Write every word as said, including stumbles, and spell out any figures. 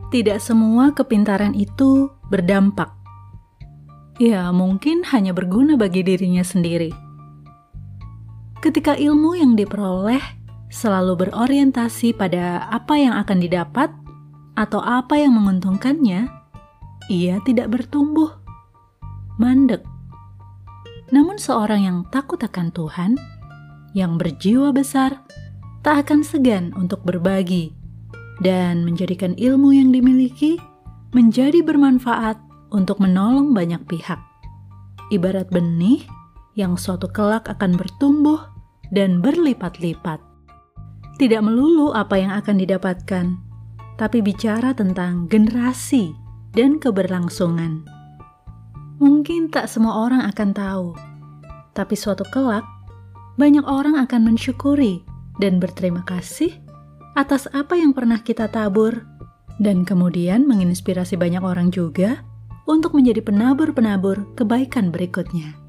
Tidak semua kepintaran itu berdampak. Ya, mungkin hanya berguna bagi dirinya sendiri. Ketika ilmu yang diperoleh selalu berorientasi pada apa yang akan didapat atau apa yang menguntungkannya, ia tidak bertumbuh, mandek. Namun seorang yang takut akan Tuhan, yang berjiwa besar, tak akan segan untuk berbagi dan menjadikan ilmu yang dimiliki menjadi bermanfaat untuk menolong banyak pihak. Ibarat benih yang suatu kelak akan bertumbuh dan berlipat-lipat. Tidak melulu apa yang akan didapatkan, tapi bicara tentang generasi dan keberlangsungan. Mungkin tak semua orang akan tahu, tapi suatu kelak banyak orang akan mensyukuri dan berterima kasih atas apa yang pernah kita tabur, dan kemudian menginspirasi banyak orang juga untuk menjadi penabur-penabur kebaikan berikutnya.